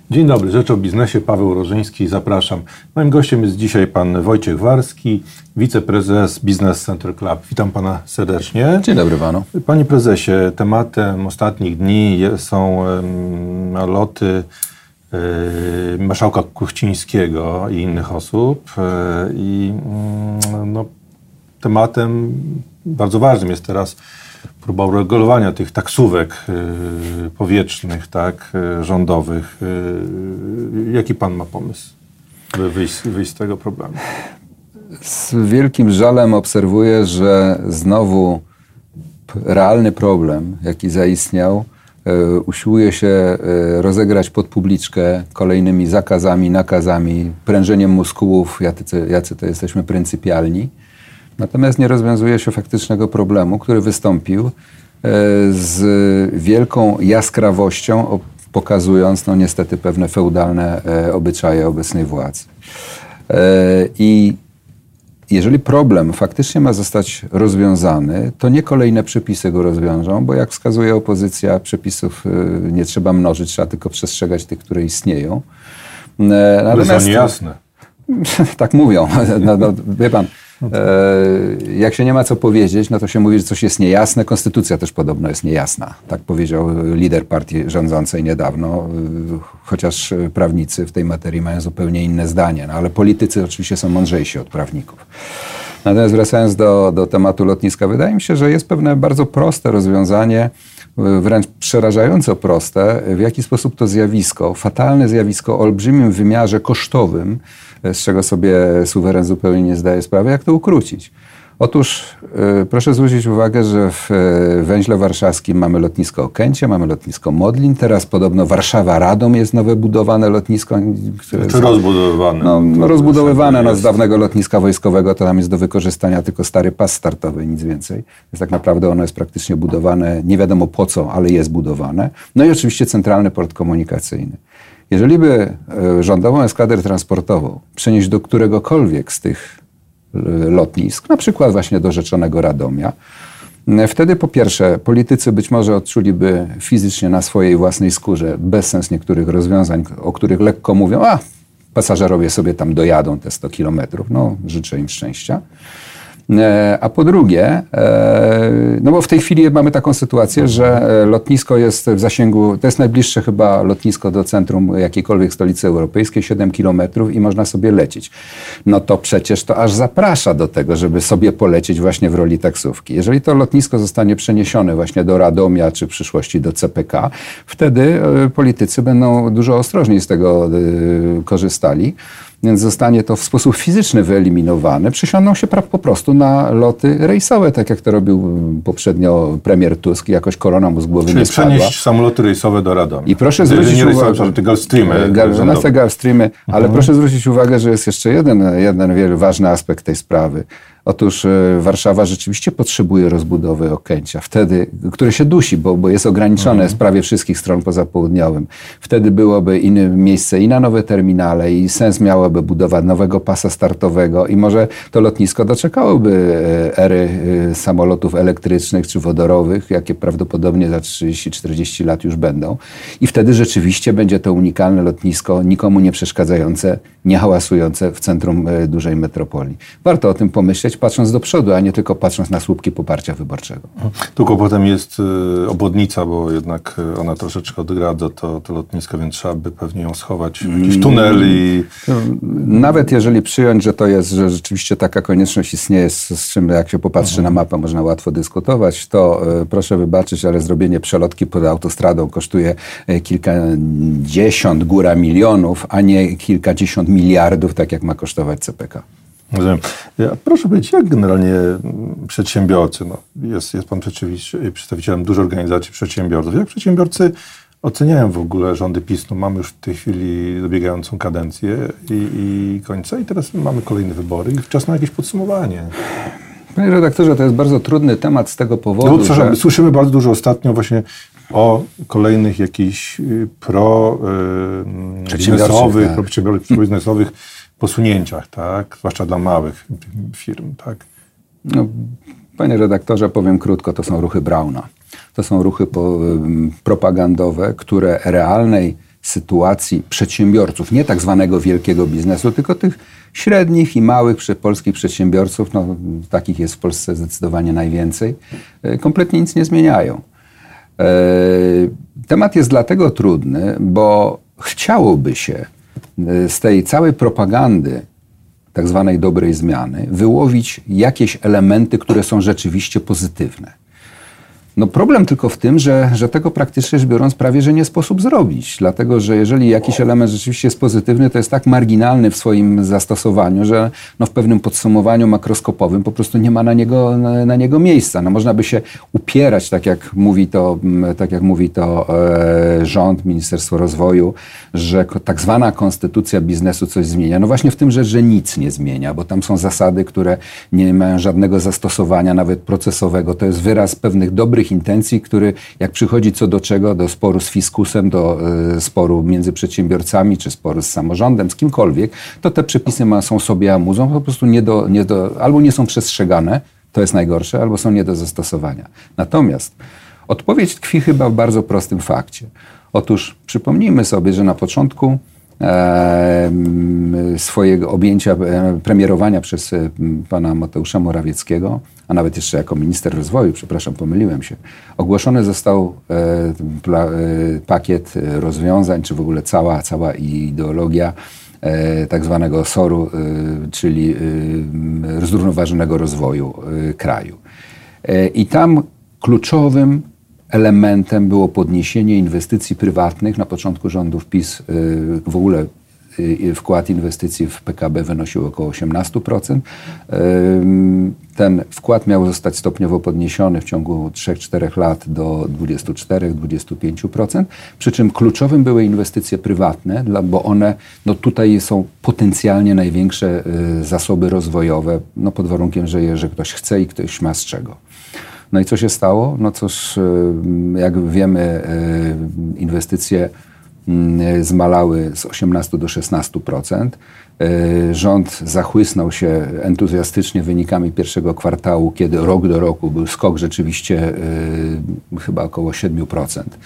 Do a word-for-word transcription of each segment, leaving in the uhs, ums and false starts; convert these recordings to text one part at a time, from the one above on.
Dzień dobry, Rzecz o Biznesie, Paweł Rożyński, zapraszam. Moim gościem jest dzisiaj pan Wojciech Warski, wiceprezes Business Center Club. Witam pana serdecznie. Dzień dobry panu. Panie prezesie, tematem ostatnich dni są um, loty um, marszałka Kuchcińskiego i innych osób. I um, no, tematem bardzo ważnym jest teraz próba uregulowania tych taksówek y, powietrznych, tak, y, rządowych. Y, jaki pan ma pomysł, by wyjść, wyjść z tego problemu? Z wielkim żalem obserwuję, że znowu realny problem, jaki zaistniał, y, usiłuje się y, rozegrać pod publiczkę kolejnymi zakazami, nakazami, prężeniem muskułów, jacy, jacy to jesteśmy pryncypialni. Natomiast nie rozwiązuje się faktycznego problemu, który wystąpił z wielką jaskrawością, pokazując no niestety pewne feudalne obyczaje obecnej władzy. I jeżeli problem faktycznie ma zostać rozwiązany, to nie kolejne przepisy go rozwiążą, bo jak wskazuje opozycja, przepisów nie trzeba mnożyć, trzeba tylko przestrzegać tych, które istnieją. Ale są niejasne. Tak mówią. No, no, wie pan, jak się nie ma co powiedzieć, no to się mówi, że coś jest niejasne. Konstytucja też podobno jest niejasna. Tak powiedział lider partii rządzącej niedawno, chociaż prawnicy w tej materii mają zupełnie inne zdanie. No, ale politycy oczywiście są mądrzejsi od prawników. Natomiast wracając do, do tematu lotniska, wydaje mi się, że jest pewne bardzo proste rozwiązanie, wręcz przerażająco proste, w jaki sposób to zjawisko, fatalne zjawisko o olbrzymim wymiarze kosztowym, z czego sobie suweren zupełnie nie zdaje sprawy, jak to ukrócić. Otóż y, proszę zwrócić uwagę, że w y, węźle warszawskim mamy lotnisko Okęcie, mamy lotnisko Modlin, teraz podobno Warszawa-Radom jest nowe budowane lotnisko. Które Czy rozbudowywane? No, no rozbudowywane no, z dawnego lotniska wojskowego, to tam jest do wykorzystania tylko stary pas startowy, nic więcej. Więc tak naprawdę ono jest praktycznie budowane, nie wiadomo po co, ale jest budowane. No i oczywiście centralny port komunikacyjny. Jeżeli by y, rządową eskadradę transportową przenieść do któregokolwiek z tych lotnisk, na przykład właśnie do rzeczonego Radomia. Wtedy po pierwsze politycy być może odczuliby fizycznie na swojej własnej skórze bezsens niektórych rozwiązań, o których lekko mówią, a pasażerowie sobie tam dojadą te sto kilometrów, no życzę im szczęścia. A po drugie, no bo w tej chwili mamy taką sytuację, że lotnisko jest w zasięgu, to jest najbliższe chyba lotnisko do centrum jakiejkolwiek stolicy europejskiej, siedem kilometrów i można sobie lecieć. No to przecież to aż zaprasza do tego, żeby sobie polecieć właśnie w roli taksówki. Jeżeli to lotnisko zostanie przeniesione właśnie do Radomia, czy w przyszłości do C P K, wtedy politycy będą dużo ostrożniej z tego korzystali. Więc zostanie to w sposób fizyczny wyeliminowane. Przesiądą się po prostu na loty rejsowe, tak jak to robił poprzednio premier Tusk. Jakoś korona mu z głowy Czyli nie spadła. przenieść samoloty rejsowe do Radomia. I proszę zwrócić nie uwagę... Rejsowe, te Gulfstreamy. Te Gulfstreamy, ale mhm. proszę zwrócić uwagę, że jest jeszcze jeden, jeden wiele ważny aspekt tej sprawy. Otóż Warszawa rzeczywiście potrzebuje rozbudowy Okęcia, wtedy, które się dusi, bo, bo jest ograniczone mhm. z prawie wszystkich stron poza południowym. Wtedy byłoby inne miejsce i na nowe terminale i sens miałoby budowa nowego pasa startowego i może to lotnisko doczekałoby ery samolotów elektrycznych czy wodorowych, jakie prawdopodobnie za trzydzieści czterdzieści lat już będą. I wtedy rzeczywiście będzie to unikalne lotnisko, nikomu nie przeszkadzające, nie hałasujące w centrum dużej metropolii. Warto o tym pomyśleć, patrząc do przodu, a nie tylko patrząc na słupki poparcia wyborczego. Tylko potem jest y, obwodnica, bo jednak ona troszeczkę odgradza to, to lotnisko, więc trzeba by pewnie ją schować w jakiś tunel i... Nawet jeżeli przyjąć, że to jest, że rzeczywiście taka konieczność istnieje, z, z czym jak się popatrzy mhm. na mapę, można łatwo dyskutować, to y, proszę wybaczyć, ale zrobienie przelotki pod autostradą kosztuje y, kilkadziesiąt góra milionów, a nie kilkadziesiąt miliardów, tak jak ma kosztować C P K. Rozumiem. Proszę powiedzieć, jak generalnie przedsiębiorcy, no jest, jest pan przedstawicielem dużej organizacji przedsiębiorców, jak przedsiębiorcy oceniają w ogóle rządy PiS? No mamy już w tej chwili dobiegającą kadencję i, i końca i teraz mamy kolejne wybory i czas na jakieś podsumowanie. Panie redaktorze, to jest bardzo trudny temat z tego powodu, no, że... Słyszymy bardzo dużo ostatnio właśnie o kolejnych jakichś pro yy, biznesowych, tak. pro biznesowych posunięciach, tak? Zwłaszcza dla małych firm, tak? No, panie redaktorze, powiem krótko, to są ruchy Brauna. To są ruchy po, propagandowe, które realnej sytuacji przedsiębiorców, nie tak zwanego wielkiego biznesu, tylko tych średnich i małych polskich przedsiębiorców, no, takich jest w Polsce zdecydowanie najwięcej, kompletnie nic nie zmieniają. Temat jest dlatego trudny, bo chciałoby się z tej całej propagandy tak zwanej dobrej zmiany wyłowić jakieś elementy, które są rzeczywiście pozytywne. No problem tylko w tym, że, że tego praktycznie rzecz biorąc prawie, że nie sposób zrobić. Dlatego, że jeżeli jakiś element rzeczywiście jest pozytywny, to jest tak marginalny w swoim zastosowaniu, że no w pewnym podsumowaniu makroskopowym po prostu nie ma na niego, na, na niego miejsca. No można by się upierać, tak jak mówi to, tak jak mówi to e, rząd, Ministerstwo Rozwoju, że tak zwana konstytucja biznesu coś zmienia. No właśnie w tym rzecz, że nic nie zmienia, bo tam są zasady, które nie mają żadnego zastosowania, nawet procesowego. To jest wyraz pewnych dobrych intencji, który jak przychodzi co do czego, do sporu z fiskusem, do y, sporu między przedsiębiorcami, czy sporu z samorządem, z kimkolwiek, to te przepisy ma, są sobie amuzą, po prostu nie do, nie do, albo nie są przestrzegane, to jest najgorsze, albo są nie do zastosowania. Natomiast odpowiedź tkwi chyba w bardzo prostym fakcie. Otóż przypomnijmy sobie, że na początku e, swojego objęcia, e, premierowania przez e, pana Mateusza Morawieckiego, a nawet jeszcze jako minister rozwoju, przepraszam, pomyliłem się, ogłoszony został e, pla, e, pakiet rozwiązań, czy w ogóle cała, cała ideologia e, tak zwanego soru, e, czyli e, zrównoważonego rozwoju e, kraju. E, I tam kluczowym elementem było podniesienie inwestycji prywatnych. Na początku rządów PiS w ogóle wkład inwestycji w P K B wynosił około osiemnaście procent. Ten wkład miał zostać stopniowo podniesiony w ciągu trzech czterech lat do dwudziestu czterech do dwudziestu pięciu procent. Przy czym kluczowym były inwestycje prywatne, bo one no tutaj są potencjalnie największe zasoby rozwojowe, no pod warunkiem, że, że ktoś chce i ktoś ma z czego. No i co się stało? No cóż, jak wiemy, inwestycje zmalały z osiemnastu do szesnastu procent. Rząd zachłysnął się entuzjastycznie wynikami pierwszego kwartału, kiedy rok do roku był skok rzeczywiście chyba około siedem procent,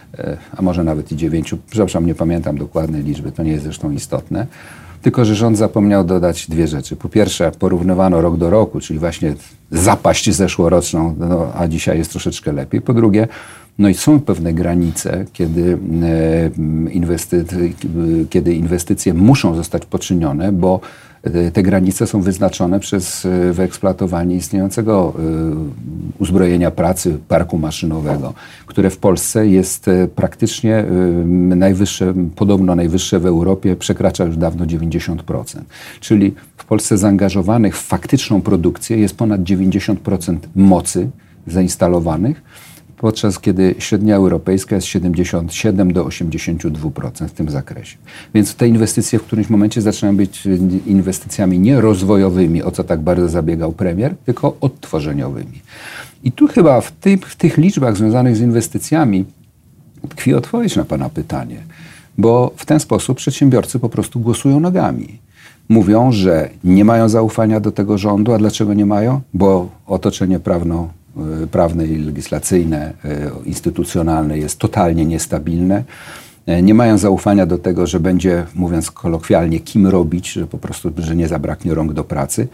a może nawet i dziewięć procent. Przepraszam, nie pamiętam dokładnej liczby, to nie jest zresztą istotne. Tylko że rząd zapomniał dodać dwie rzeczy. Po pierwsze, porównywano rok do roku, czyli właśnie zapaść zeszłoroczną, no, a dzisiaj jest troszeczkę lepiej. Po drugie, no i są pewne granice, kiedy, e, inwesty, kiedy inwestycje muszą zostać poczynione, bo te granice są wyznaczone przez wyeksploatowanie istniejącego uzbrojenia pracy, parku maszynowego, które w Polsce jest praktycznie najwyższe, podobno najwyższe w Europie, przekracza już dawno dziewięćdziesiąt procent. Czyli w Polsce zaangażowanych w faktyczną produkcję jest ponad dziewięćdziesiąt procent mocy zainstalowanych, podczas kiedy średnia europejska jest siedemdziesiąt siedem do osiemdziesięciu dwóch procent w tym zakresie. Więc te inwestycje w którymś momencie zaczynają być inwestycjami nie rozwojowymi, o co tak bardzo zabiegał premier, tylko odtworzeniowymi. I tu chyba w tych, w tych liczbach związanych z inwestycjami tkwi odpowiedź na pana pytanie, bo w ten sposób przedsiębiorcy po prostu głosują nogami. Mówią, że nie mają zaufania do tego rządu, a dlaczego nie mają? Bo otoczenie prawno prawne i legislacyjne, instytucjonalne jest totalnie niestabilne. Nie mają zaufania do tego, że będzie, mówiąc kolokwialnie, kim robić, że po prostu, że nie zabraknie rąk do pracy.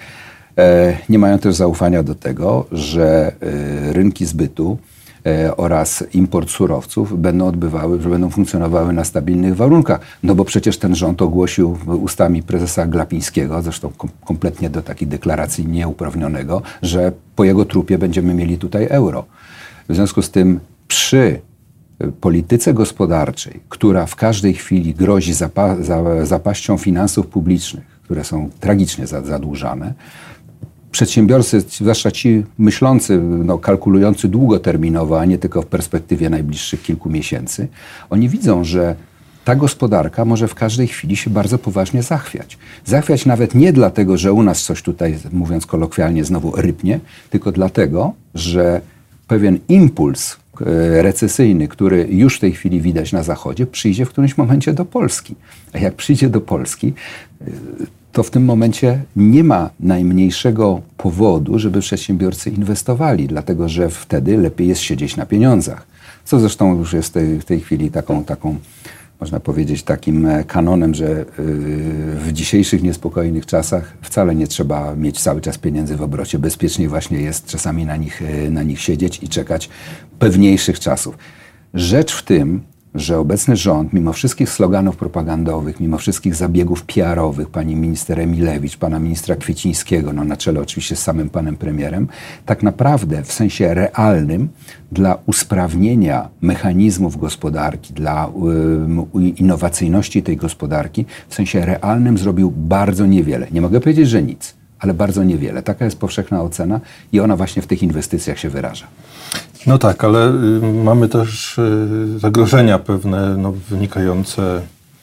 Nie mają też zaufania do tego, że rynki zbytu oraz import surowców będą odbywały, że będą funkcjonowały na stabilnych warunkach. No bo przecież ten rząd ogłosił ustami prezesa Glapińskiego, zresztą kom- kompletnie do takiej deklaracji nieuprawnionego, że po jego trupie będziemy mieli tutaj euro. W związku z tym przy polityce gospodarczej, która w każdej chwili grozi zapa- za- zapaścią finansów publicznych, które są tragicznie zadłużane, przedsiębiorcy, zwłaszcza ci myślący, no, kalkulujący długoterminowo, a nie tylko w perspektywie najbliższych kilku miesięcy, oni widzą, że ta gospodarka może w każdej chwili się bardzo poważnie zachwiać. Zachwiać nawet nie dlatego, że u nas coś tutaj, mówiąc kolokwialnie, znowu rypnie, tylko dlatego, że pewien impuls recesyjny, który już w tej chwili widać na Zachodzie, przyjdzie w którymś momencie do Polski. A jak przyjdzie do Polski, to w tym momencie nie ma najmniejszego powodu, żeby przedsiębiorcy inwestowali, dlatego że wtedy lepiej jest siedzieć na pieniądzach. Co zresztą już jest tej, w tej chwili taką, taką można powiedzieć, takim kanonem, że w dzisiejszych niespokojnych czasach wcale nie trzeba mieć cały czas pieniędzy w obrocie. Bezpieczniej właśnie jest czasami na nich, na nich siedzieć i czekać pewniejszych czasów. Rzecz w tym, że obecny rząd, mimo wszystkich sloganów propagandowych, mimo wszystkich zabiegów P R owych, pani minister Emilewicz, pana ministra Kwiecińskiego, no na czele oczywiście z samym panem premierem, tak naprawdę w sensie realnym dla usprawnienia mechanizmów gospodarki, dla um, innowacyjności tej gospodarki, w sensie realnym zrobił bardzo niewiele. Nie mogę powiedzieć, że nic, ale bardzo niewiele. Taka jest powszechna ocena i ona właśnie w tych inwestycjach się wyraża. No tak, ale y, mamy też y, zagrożenia pewne, no, wynikające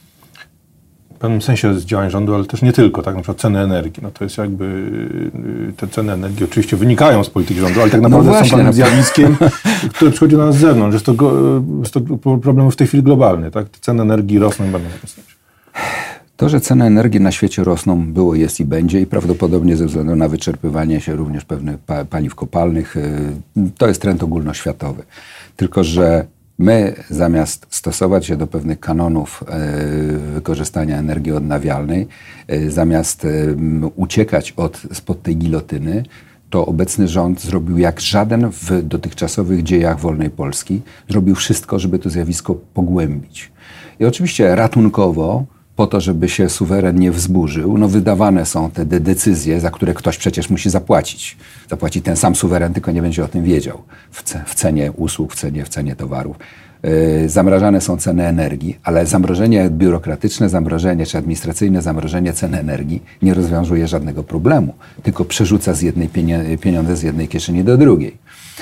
w pewnym sensie z działań rządu, ale też nie tylko, tak, na przykład ceny energii. No to jest jakby, y, te ceny energii oczywiście wynikają z polityki rządu, ale tak naprawdę no właśnie, są pewnym zjawiskiem, które przychodzi do nas z zewnątrz. Jest to, go, jest to problem w tej chwili globalny, tak? Te ceny energii rosną i będą rosnąć. To, że ceny energii na świecie rosną, było, jest i będzie i prawdopodobnie ze względu na wyczerpywanie się również pewnych paliw kopalnych, to jest trend ogólnoświatowy. Tylko że my zamiast stosować się do pewnych kanonów wykorzystania energii odnawialnej, zamiast uciekać od, spod tej gilotyny, to obecny rząd zrobił jak żaden w dotychczasowych dziejach wolnej Polski, zrobił wszystko, żeby to zjawisko pogłębić. I oczywiście ratunkowo, po to, żeby się suweren nie wzburzył, no wydawane są te de- decyzje, za które ktoś przecież musi zapłacić. Zapłaci ten sam suweren, tylko nie będzie o tym wiedział. W, ce- w cenie usług, w cenie, w cenie towarów. Yy, zamrażane są ceny energii, ale zamrożenie biurokratyczne, zamrożenie czy administracyjne zamrożenie cen energii nie rozwiązuje żadnego problemu, tylko przerzuca z jednej pienie- pieniądze z jednej kieszeni do drugiej.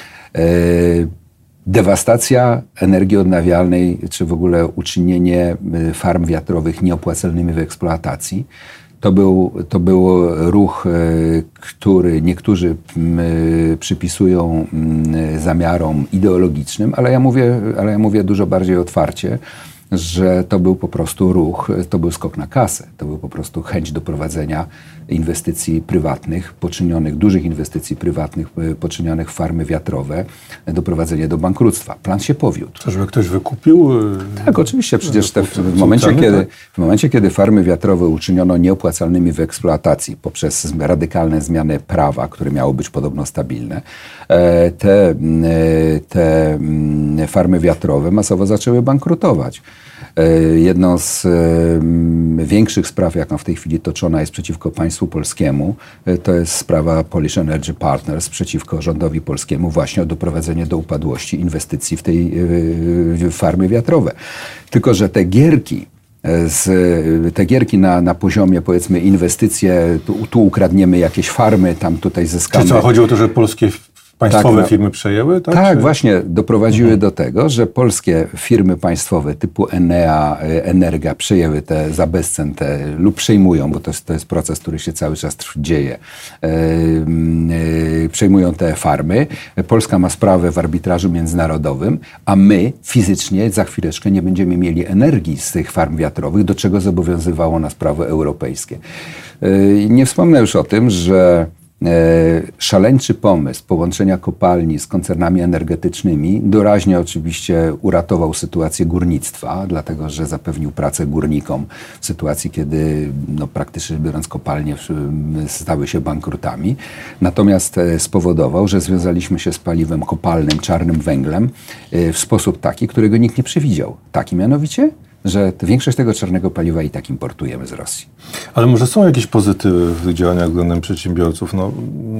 Yy, Dewastacja energii odnawialnej, czy w ogóle uczynienie farm wiatrowych nieopłacalnymi w eksploatacji, to był, to był ruch, który niektórzy przypisują zamiarom ideologicznym, ale ja mówię, ale ja mówię dużo bardziej otwarcie, że to był po prostu ruch, to był skok na kasę. To był po prostu chęć doprowadzenia inwestycji prywatnych, poczynionych, dużych inwestycji prywatnych, poczynionych w farmy wiatrowe, doprowadzenie do bankructwa. Plan się powiódł. To, żeby ktoś wykupił? Tak, oczywiście. Przecież te, w, momencie, kiedy, w momencie, kiedy farmy wiatrowe uczyniono nieopłacalnymi w eksploatacji poprzez radykalne zmiany prawa, które miało być podobno stabilne, te, te farmy wiatrowe masowo zaczęły bankrutować. Jedną z większych spraw, jaką w tej chwili toczona jest przeciwko państwu polskiemu, to jest sprawa Polish Energy Partners przeciwko rządowi polskiemu właśnie o doprowadzenie do upadłości inwestycji w tej farmy wiatrowe. Tylko że te gierki, z, te gierki na, na poziomie, powiedzmy, inwestycje, tu, tu ukradniemy jakieś farmy, tam tutaj zyskamy. Czy co, chodziło o to, że polskie państwowe tak, firmy przejęły? Tak, tak czy? właśnie doprowadziły mhm. do tego, że polskie firmy państwowe typu Enea, Energa przejęły te za bezcen te, lub przejmują, bo to jest, to jest proces, który się cały czas dzieje, e, e, przejmują te farmy. Polska ma sprawę w arbitrażu międzynarodowym, a my fizycznie za chwileczkę nie będziemy mieli energii z tych farm wiatrowych, do czego zobowiązywało nas prawo europejskie. E, nie wspomnę już o tym, że szaleńczy pomysł połączenia kopalni z koncernami energetycznymi doraźnie oczywiście uratował sytuację górnictwa, dlatego że zapewnił pracę górnikom w sytuacji, kiedy no, praktycznie biorąc kopalnie stały się bankrutami. Natomiast spowodował, że związaliśmy się z paliwem kopalnym, czarnym węglem w sposób taki, którego nikt nie przewidział. Taki mianowicie, że większość tego czarnego paliwa i tak importujemy z Rosji. Ale może są jakieś pozytywy w tych działaniach względem przedsiębiorców? No,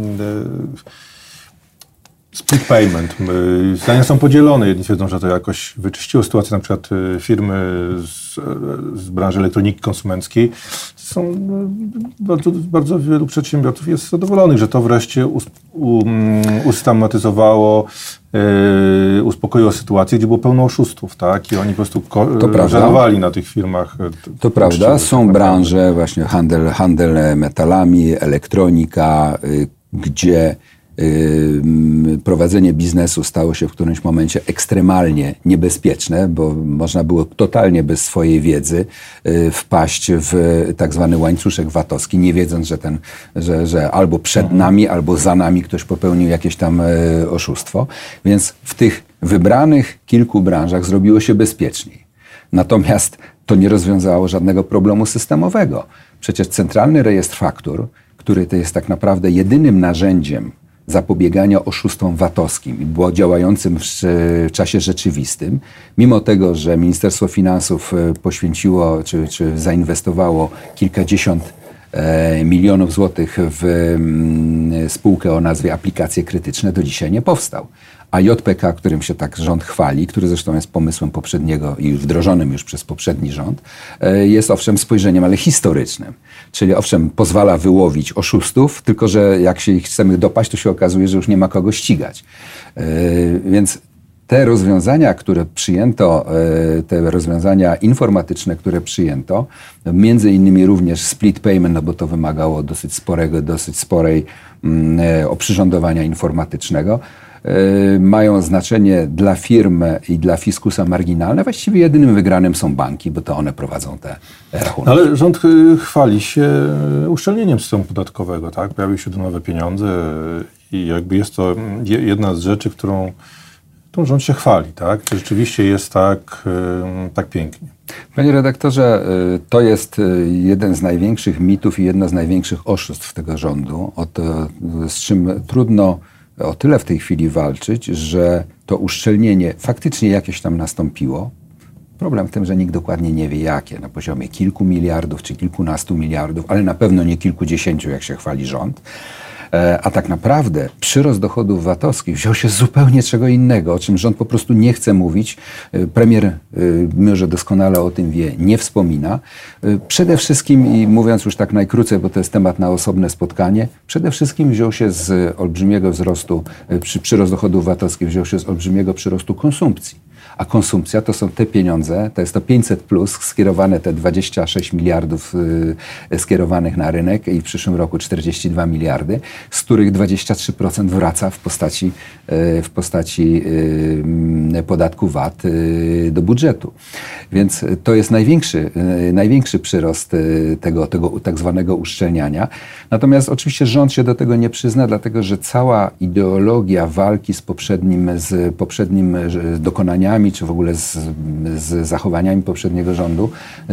split payment. Zdania są podzielone. Jedni twierdzą, że to jakoś wyczyściło sytuację. Na przykład firmy z, z branży elektroniki konsumenckiej. Są bardzo, bardzo wielu przedsiębiorców jest zadowolonych, że to wreszcie us, um, ustamatyzowało, yy, uspokoiło sytuację, gdzie było pełno oszustów, tak? I oni po prostu ko- żerowali na tych firmach. To, to prawda. Są tak branże, właśnie handel, handel metalami, elektronika, yy, gdzie prowadzenie biznesu stało się w którymś momencie ekstremalnie niebezpieczne, bo można było totalnie bez swojej wiedzy wpaść w tak zwany łańcuszek VAT-owski, nie wiedząc, że, ten, że, że albo przed nami, albo za nami ktoś popełnił jakieś tam oszustwo. Więc w tych wybranych kilku branżach zrobiło się bezpieczniej. Natomiast to nie rozwiązało żadnego problemu systemowego. Przecież Centralny Rejestr Faktur, który to jest tak naprawdę jedynym narzędziem zapobiegania oszustwom VAT-owskim i było działającym w, w czasie rzeczywistym, mimo tego, że Ministerstwo Finansów poświęciło czy, czy zainwestowało kilkadziesiąt e, milionów złotych w m, spółkę o nazwie Aplikacje Krytyczne, do dzisiaj nie powstał. A J P K, którym się tak rząd chwali, który zresztą jest pomysłem poprzedniego i wdrożonym już przez poprzedni rząd, jest owszem spojrzeniem, ale historycznym. Czyli owszem pozwala wyłowić oszustów, tylko że jak się ich chcemy dopaść, to się okazuje, że już nie ma kogo ścigać. Więc te rozwiązania, które przyjęto, te rozwiązania informatyczne, które przyjęto, między innymi również split payment, no bo to wymagało dosyć sporego, dosyć sporej oprzyrządowania informatycznego, mają znaczenie dla firm i dla fiskusa marginalne. Właściwie jedynym wygranym są banki, bo to one prowadzą te rachunki. Ale rząd chwali się uszczelnieniem systemu podatkowego, tak? Pojawiły się tu nowe pieniądze i jakby jest to jedna z rzeczy, którą, którą rząd się chwali, tak? To rzeczywiście jest tak, tak pięknie. Panie redaktorze, to jest jeden z największych mitów i jedno z największych oszustw tego rządu, o to, z czym trudno o tyle w tej chwili walczyć, że to uszczelnienie faktycznie jakieś tam nastąpiło. Problem w tym, że nikt dokładnie nie wie jakie, na poziomie kilku miliardów czy kilkunastu miliardów, ale na pewno nie kilkudziesięciu, jak się chwali rząd. A tak naprawdę przyrost dochodów VAT-owskich wziął się z zupełnie czego innego, o czym rząd po prostu nie chce mówić. Premier, mimo że doskonale o tym wie, nie wspomina. Przede wszystkim, i mówiąc już tak najkrócej, bo to jest temat na osobne spotkanie, przede wszystkim wziął się z olbrzymiego wzrostu, przy, przyrost dochodów VAT-owskich wziął się z olbrzymiego przyrostu konsumpcji. A konsumpcja to są te pieniądze, to jest to pięćset plus, skierowane te dwadzieścia sześć miliardów y, skierowanych na rynek i w przyszłym roku czterdzieści dwa miliardy, z których dwadzieścia trzy procent wraca w postaci, y, w postaci y, podatku VAT y, do budżetu. Więc to jest największy, y, największy przyrost y, tego, tego tak zwanego uszczelniania. Natomiast oczywiście rząd się do tego nie przyzna, dlatego że cała ideologia walki z poprzednim, z poprzednim dokonaniami czy w ogóle z, z zachowaniami poprzedniego rządu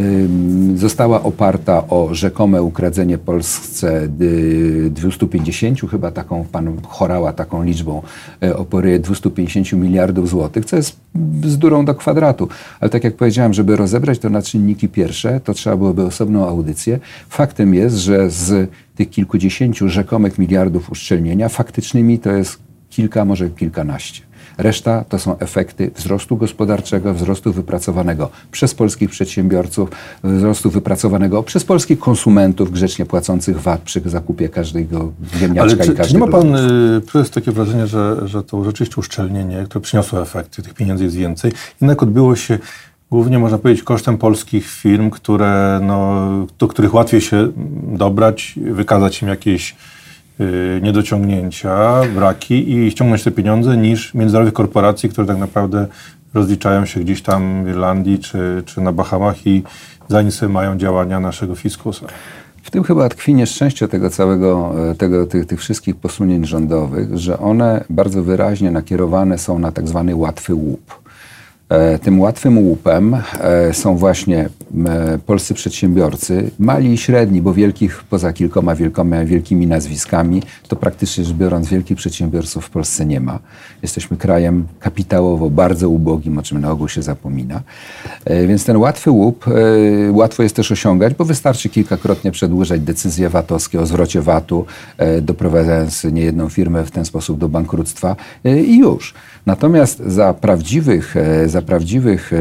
y, została oparta o rzekome ukradzenie Polsce dwieście pięćdziesiąt, chyba taką, pan chorała taką liczbą, y, opory dwieście pięćdziesiąt miliardów złotych, co jest bzdurą do kwadratu. Ale tak jak powiedziałem, żeby rozebrać to na czynniki pierwsze, to trzeba byłoby osobną audycję. Faktem jest, że z tych kilkudziesięciu rzekomych miliardów uszczelnienia faktycznymi to jest kilka, może kilkanaście. Reszta to są efekty wzrostu gospodarczego, wzrostu wypracowanego przez polskich przedsiębiorców, wzrostu wypracowanego przez polskich konsumentów grzecznie płacących VAT przy zakupie każdego ziemniaczka. Ale i czy, każdego czy nie ma pan produktu. przez takie wrażenie, że, że to rzeczywiście uszczelnienie, które przyniosło efekty, tych pieniędzy jest więcej, jednak odbyło się głównie, można powiedzieć, kosztem polskich firm, które, no, do których łatwiej się dobrać, wykazać im jakieś niedociągnięcia, braki i ściągnąć te pieniądze niż międzynarodowych korporacji, które tak naprawdę rozliczają się gdzieś tam w Irlandii czy, czy na Bahamach i za nic sobie mają działania naszego fiskusa. W tym chyba tkwi nieszczęście tego całego, tego, tych, tych wszystkich posunięć rządowych, że one bardzo wyraźnie nakierowane są na tak zwany łatwy łup. Tym łatwym łupem są właśnie polscy przedsiębiorcy, mali i średni, bo wielkich, poza kilkoma wielkoma, wielkimi nazwiskami, to praktycznie rzecz biorąc wielkich przedsiębiorców w Polsce nie ma. Jesteśmy krajem kapitałowo bardzo ubogim, o czym na ogół się zapomina. Więc ten łatwy łup łatwo jest też osiągać, bo wystarczy kilkakrotnie przedłużać decyzje VAT-owskie o zwrocie VAT-u, doprowadzając niejedną firmę w ten sposób do bankructwa i już. Natomiast za prawdziwych, za prawdziwych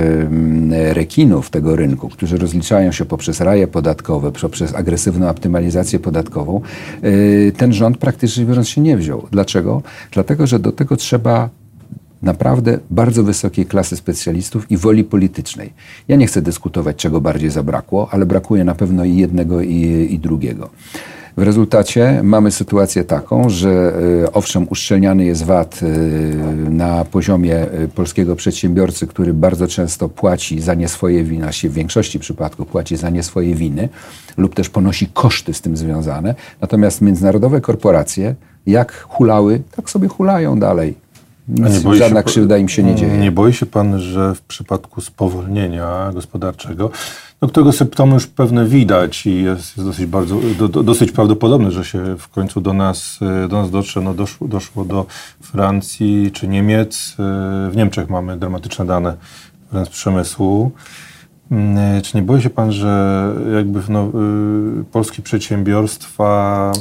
rekinów tego rynku, którzy rozliczają się poprzez raje podatkowe, poprzez agresywną optymalizację podatkową, ten rząd praktycznie biorąc się nie wziął. Dlaczego? Dlatego, że do tego trzeba naprawdę bardzo wysokiej klasy specjalistów i woli politycznej. Ja nie chcę dyskutować, czego bardziej zabrakło, ale brakuje na pewno i jednego, i, i drugiego. W rezultacie mamy sytuację taką, że y, owszem uszczelniany jest VAT y, na poziomie y, polskiego przedsiębiorcy, który bardzo często płaci za nie swoje winy, a się w większości przypadków płaci za nie swoje winy lub też ponosi koszty z tym związane. Natomiast międzynarodowe korporacje jak hulały, tak sobie hulają dalej. Nic, żadna się, krzywda im się nie dzieje. Nie boi się pan, że w przypadku spowolnienia gospodarczego, no, którego symptomy już pewne widać i jest, jest dosyć, bardzo, do, do, dosyć prawdopodobne, że się w końcu do nas, do nas dotrze, no doszło, doszło do Francji czy Niemiec. W Niemczech mamy dramatyczne dane wręcz z przemysłu. Czy nie boi się pan, że jakby no, polskie przedsiębiorstwa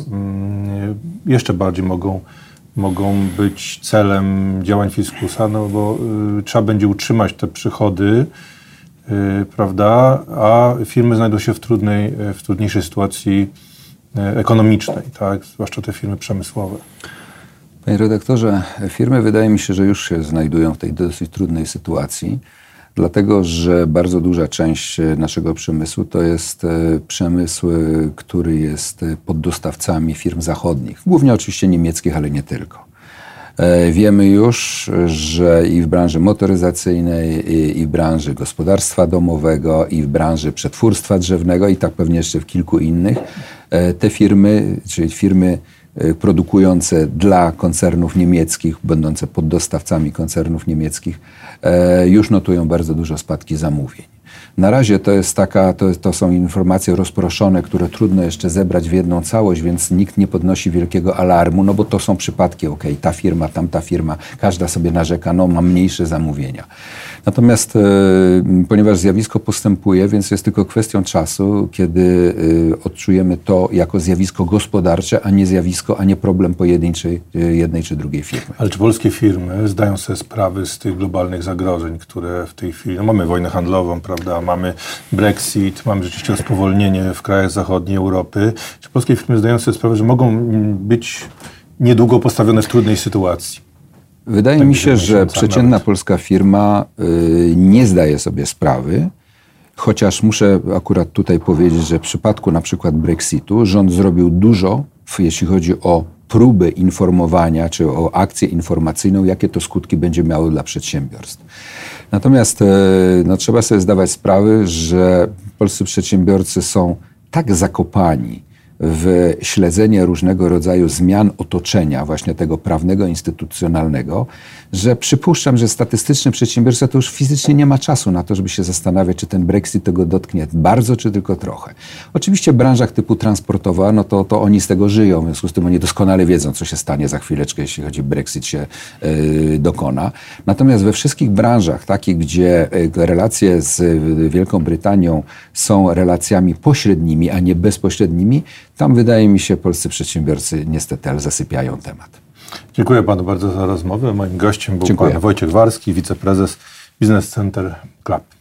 jeszcze bardziej mogą mogą być celem działań fiskusa, no bo y, trzeba będzie utrzymać te przychody, y, prawda, a firmy znajdą się w trudnej, w trudniejszej sytuacji y, ekonomicznej, tak, zwłaszcza te firmy przemysłowe. Panie redaktorze, firmy wydaje mi się, że już się znajdują w tej dosyć trudnej sytuacji, dlatego że bardzo duża część naszego przemysłu to jest przemysł, który jest poddostawcami firm zachodnich, głównie oczywiście niemieckich, ale nie tylko. Wiemy już, że i w branży motoryzacyjnej, i w branży gospodarstwa domowego, i w branży przetwórstwa drzewnego, i tak pewnie jeszcze w kilku innych, te firmy, czyli firmy produkujące dla koncernów niemieckich, będące poddostawcami koncernów niemieckich, już notują bardzo dużo spadki zamówień. Na razie to jest taka, to, to są informacje rozproszone, które trudno jeszcze zebrać w jedną całość, więc nikt nie podnosi wielkiego alarmu, no bo to są przypadki, okej, ta firma, tamta firma, każda sobie narzeka, no ma mniejsze zamówienia. Natomiast e, ponieważ zjawisko postępuje, więc jest tylko kwestią czasu, kiedy e, odczujemy to jako zjawisko gospodarcze, a nie zjawisko, a nie problem pojedynczej e, jednej czy drugiej firmy. Ale czy polskie firmy zdają sobie sprawy z tych globalnych zagrożeń, które w tej chwili, no mamy wojnę handlową, prawda, mamy Brexit, mamy rzeczywiście spowolnienie w krajach zachodniej Europy. Czy polskie firmy zdają sobie sprawę, że mogą być niedługo postawione w trudnej sytuacji? Wydaje tak mi się, że przeciętna nawet. polska firma y, nie zdaje sobie sprawy, chociaż muszę akurat tutaj powiedzieć, że w przypadku na przykład Brexitu rząd zrobił dużo, jeśli chodzi o próby informowania, czy o akcję informacyjną, jakie to skutki będzie miało dla przedsiębiorstw. Natomiast no, trzeba sobie zdawać sprawę, że polscy przedsiębiorcy są tak zakopani w śledzenie różnego rodzaju zmian otoczenia, właśnie tego prawnego, instytucjonalnego, że przypuszczam, że statystyczny przedsiębiorca to już fizycznie nie ma czasu na to, żeby się zastanawiać, czy ten Brexit tego dotknie bardzo, czy tylko trochę. Oczywiście w branżach typu transportowa, no to, to oni z tego żyją, w związku z tym oni doskonale wiedzą, co się stanie za chwileczkę, jeśli chodzi o Brexit się yy, dokona. Natomiast we wszystkich branżach, takich, gdzie yy, relacje z Wielką Brytanią są relacjami pośrednimi, a nie bezpośrednimi, tam wydaje mi się, polscy przedsiębiorcy niestety ale zasypiają temat. Dziękuję panu bardzo za rozmowę. Moim gościem był Dziękuję. pan Wojciech Warski, wiceprezes Business Center Club.